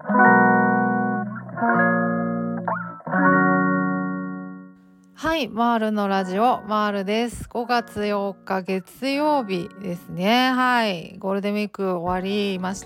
はい、マールのラジオ、マールです。5月8日月曜日ですね。はい、ゴールデンウィーク終わりました。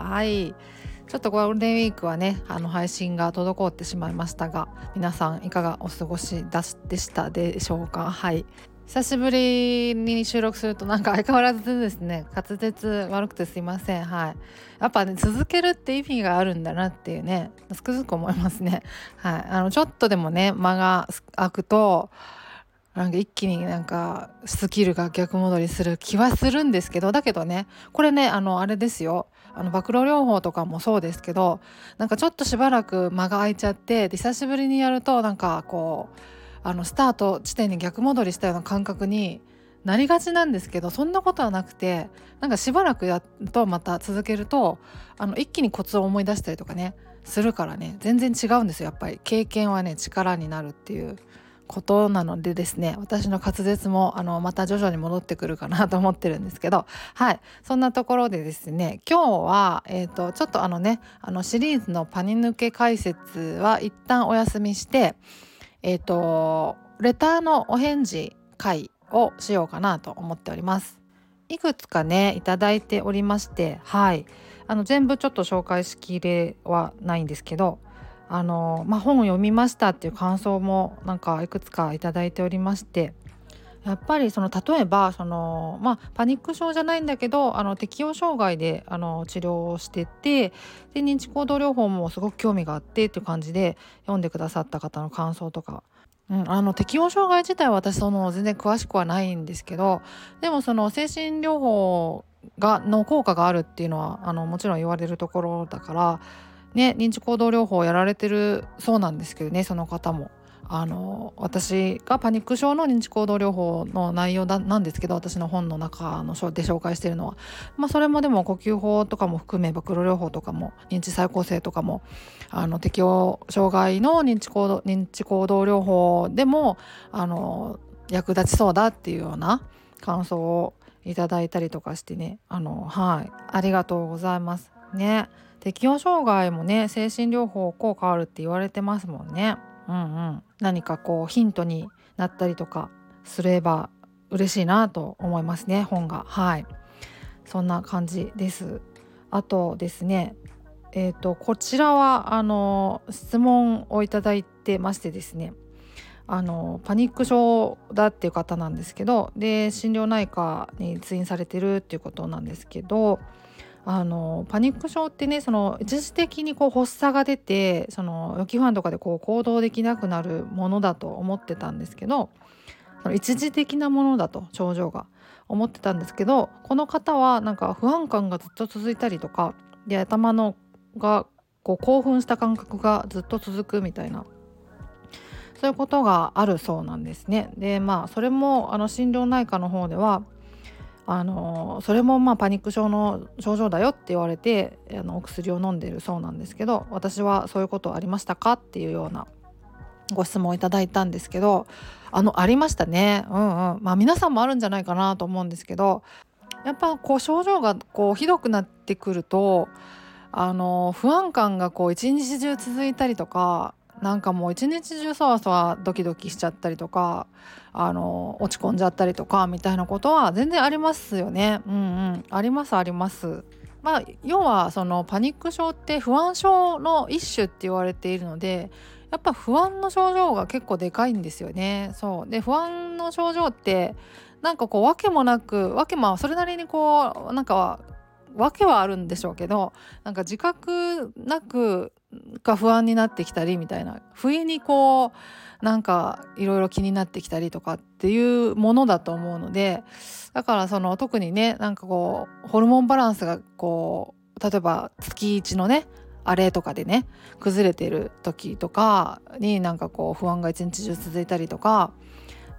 はい、ちょっとゴールデンウィークはね、配信が滞ってしまいましたが、皆さんいかがお過ごしでしたでしょうか。はい。久しぶりに収録するとなんか相変わらずですね、滑舌悪くてすいません。はい。やっぱね、続けるって意味があるんだなっていうね、つくづく思いますね。はい。ちょっとでもね、間が空くと、なんか一気になんかスキルが逆戻りする気はするんですけど、だけどね、これね、あれですよ。暴露療法とかもそうですけど、なんかちょっとしばらく間が空いちゃって、で久しぶりにやるとなんかこうスタート地点に逆戻りしたような感覚になりがちなんですけど、そんなことはなくて、なんかしばらくやるとまた続けると一気にコツを思い出したりとかねするからね、全然違うんですよ。やっぱり経験はね力になるっていうことなのでですね、私の滑舌もまた徐々に戻ってくるかなと思ってるんですけど、はい、そんなところでですね、今日はちょっとシリーズのパニ抜け解説は一旦お休みして、レターのお返事会をしようかなと思っております。いくつかねいただいておりまして、はい、全部ちょっと紹介しきれはないんですけど、本を読みましたっていう感想もなんかいくつかいただいておりまして、やっぱり例えばパニック症じゃないんだけど適応障害で治療をしてて、で認知行動療法もすごく興味があってっていう感じで読んでくださった方の感想とか、適応障害自体は私全然詳しくはないんですけど、でも精神療法の効果があるっていうのはもちろん言われるところだからね、認知行動療法をやられてるそうなんですけどね、その方も。私がパニック症の認知行動療法の内容なんですけど、私の本の中の章で紹介しているのは、それもでも呼吸法とかも含め暴露療法とかも認知再構成とかも適応障害の認知行動療法でも役立ちそうだっていうような感想をいただいたりとかしてね、はい、ありがとうございますね。適応障害もね精神療法効果あるって言われてますもんね。何かこうヒントになったりとかすれば嬉しいなと思いますね、本が。はい、そんな感じです。あとですね、こちらは質問をいただいてましてですね、パニック症だっていう方なんですけど、で心療内科に通院されてるっていうことなんですけど、パニック症ってね、一時的にこう発作が出て予期不安とかでこう行動できなくなるものだと思ってたんですけど、一時的なものだと症状が思ってたんですけど、この方はなんか不安感がずっと続いたりとかで、頭のがこう興奮した感覚がずっと続くみたいな、そういうことがあるそうなんですね。でそれも心療内科の方ではそれもパニック症の症状だよって言われてお薬を飲んでるそうなんですけど、私はそういうことありましたかっていうようなご質問をいただいたんですけど、ありましたね。皆さんもあるんじゃないかなと思うんですけど、やっぱこう症状がこうひどくなってくると不安感がこう一日中続いたりとか、なんかもう一日中そわそわドキドキしちゃったりとか落ち込んじゃったりとかみたいなことは全然ありますよね。ありますあります。要はパニック症って不安症の一種って言われているので、やっぱ不安の症状が結構でかいんですよね。そうで、不安の症状ってなんかこう訳もなくそれなりにこうなんか訳はあるんでしょうけど、なんか自覚なく不安になってきたりみたいな、不意にこうなんかいろいろ気になってきたりとかっていうものだと思うので、だから特にね、なんかこうホルモンバランスがこう例えば月1のねあれとかでね崩れてる時とかになんかこう不安が一日中続いたりとか、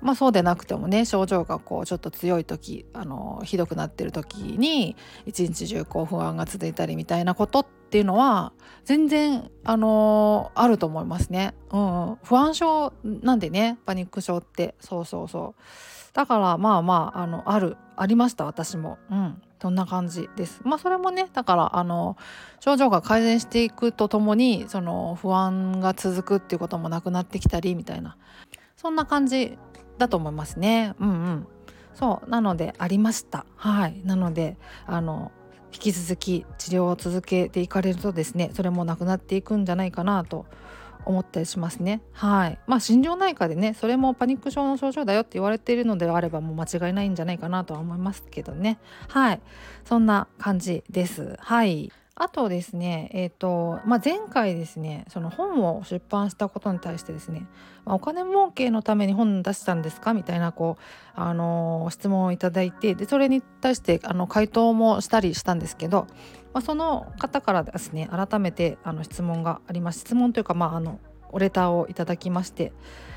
そうでなくてもね、症状がこうちょっと強い時、ひどくなってる時に一日中こう不安が続いたりみたいなことっていうのは全然あると思いますね。不安症なんでね、パニック症って。そうだからありました、私も。そんな感じです。それもね、だから症状が改善していくとともにその不安が続くっていうこともなくなってきたりみたいな、そんな感じだと思いますね。そうなのでありました。なので引き続き治療を続けていかれるとですね、それもなくなっていくんじゃないかなと思ったりしますね。心療内科でね、それもパニック症の症状だよって言われているのであれば、もう間違いないんじゃないかなとは思いますけどね。そんな感じです。あとですね、前回ですね、その本を出版したことに対してですね、お金儲けのために本出したんですかみたいな質問をいただいて、でそれに対して回答もしたりしたんですけど、その方からですね、改めて質問があります。質問というか、おレターをいただきまして、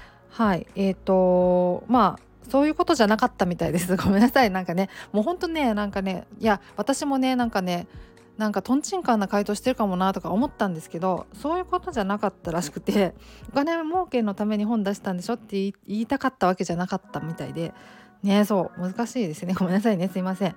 そういうことじゃなかったみたいです。ごめんなさい。もうほんとね、いや私もね、トンチンカンな回答してるかもなとか思ったんですけど、そういうことじゃなかったらしくて、お金儲けのために本出したんでしょって言いたかったわけじゃなかったみたいでね。そう難しいですね。ごめんなさいね、すいません。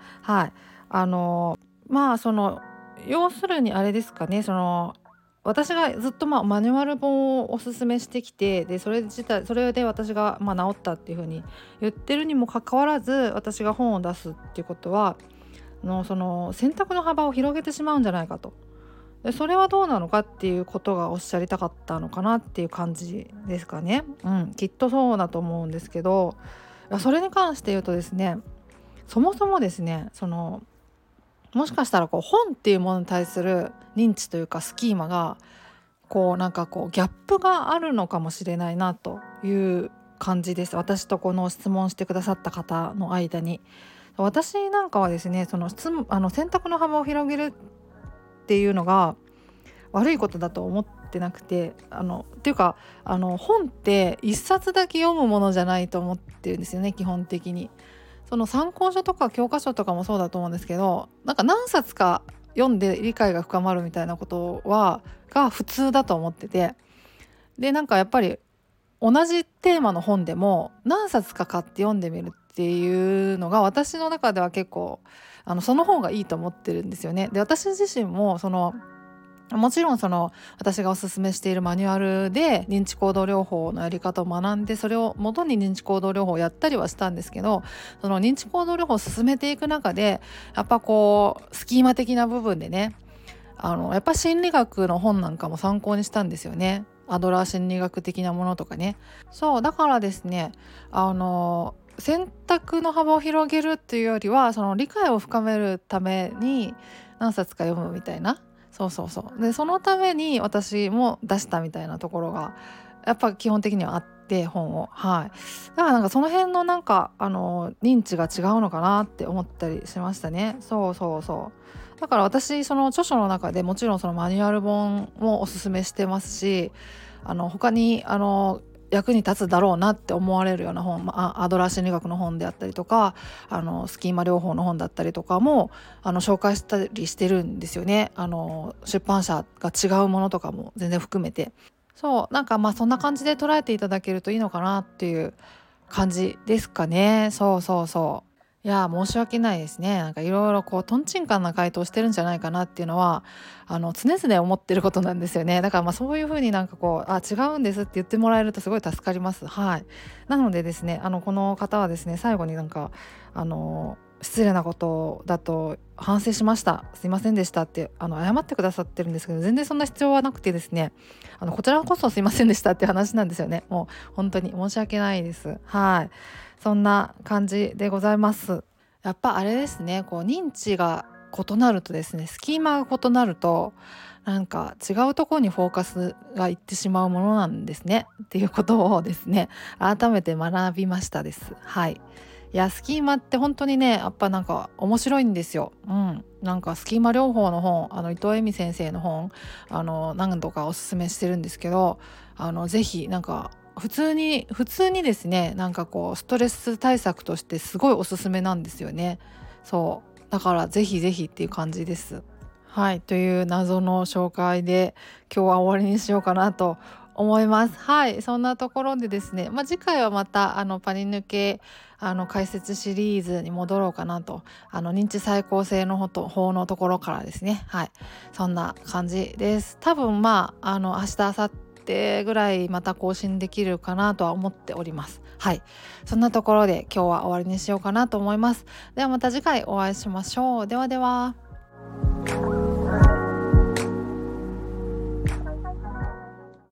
その要するにあれですかね、私がずっとマニュアル本をおすすめしてきて、でそれで私が治ったっていう風に言ってるにもかかわらず、私が本を出すっていうことはその選択の幅を広げてしまうんじゃないかと。でそれはどうなのかっていうことがおっしゃりたかったのかなっていう感じですかね。きっとそうだと思うんですけど、それに関して言うとですね、そもそもですね、もしかしたら本っていうものに対する認知というかスキーマがギャップがあるのかもしれないなという感じです。私とこの質問してくださった方の間に。私なんかはですね、選択の幅を広げるっていうのが悪いことだと思ってなくて、っていうか本って一冊だけ読むものじゃないと思ってるんですよね、基本的に。その参考書とか教科書とかもそうだと思うんですけど、何冊か読んで理解が深まるみたいなことが普通だと思ってて、でやっぱり同じテーマの本でも何冊か買って読んでみるっていうのが私の中では結構その方がいいと思ってるんですよね。で私自身ももちろん私がおすすめしているマニュアルで認知行動療法のやり方を学んで、それを元に認知行動療法をやったりはしたんですけど、その認知行動療法を進めていく中でやっぱスキーマ的な部分でね、やっぱ心理学の本なんかも参考にしたんですよね。アドラー心理学的なものとかね。そうだからですね、選択の幅を広げるっていうよりは、その理解を深めるために何冊か読むみたいな。でそのために私も出したみたいなところがやっぱ基本的にはあって、本を。だからその辺の認知が違うのかなって思ったりしましたね。だから私その著書の中でもちろんそのマニュアル本もおすすめしてますし、他に役に立つだろうなって思われるような本、アドラー心理学の本であったりとかスキーマ療法の本だったりとかも紹介したりしてるんですよね。出版社が違うものとかも全然含めて。そんな感じで捉えていただけるといいのかなっていう感じですかね。いや申し訳ないですね。いろいろトンチンカンな回答してるんじゃないかなっていうのは常々思ってることなんですよね。だからそういうふうに違うんですって言ってもらえるとすごい助かります。なのでですね、この方はですね、最後に失礼なことだと反省しました、すいませんでしたって謝ってくださってるんですけど、全然そんな必要はなくてですね、こちらこそすいませんでしたって話なんですよね。もう本当に申し訳ないです。そんな感じでございます。やっぱあれですね、認知が異なるとですね、スキーマが異なると違うところにフォーカスがいってしまうものなんですねっていうことをですね、改めて学びましたです。いやスキーマって本当にね、やっぱ面白いんですよ。スキーマ療法の本、伊藤恵美先生の本何度かおすすめしてるんですけど、ぜひ普通にですね、なんかこうストレス対策としてすごいおすすめなんですよね。そうだからぜひぜひっていう感じです。はい、という謎の紹介で今日は終わりにしようかなと思います。はい、そんなところでですね、次回はまたパリ抜け解説シリーズに戻ろうかなと、認知再構成の方のところからですね。はい、そんな感じです。多分明日明後日ぐらいまた更新できるかなとは思っております。はい、そんなところで今日は終わりにしようかなと思います。ではまた次回お会いしましょう。ではでは。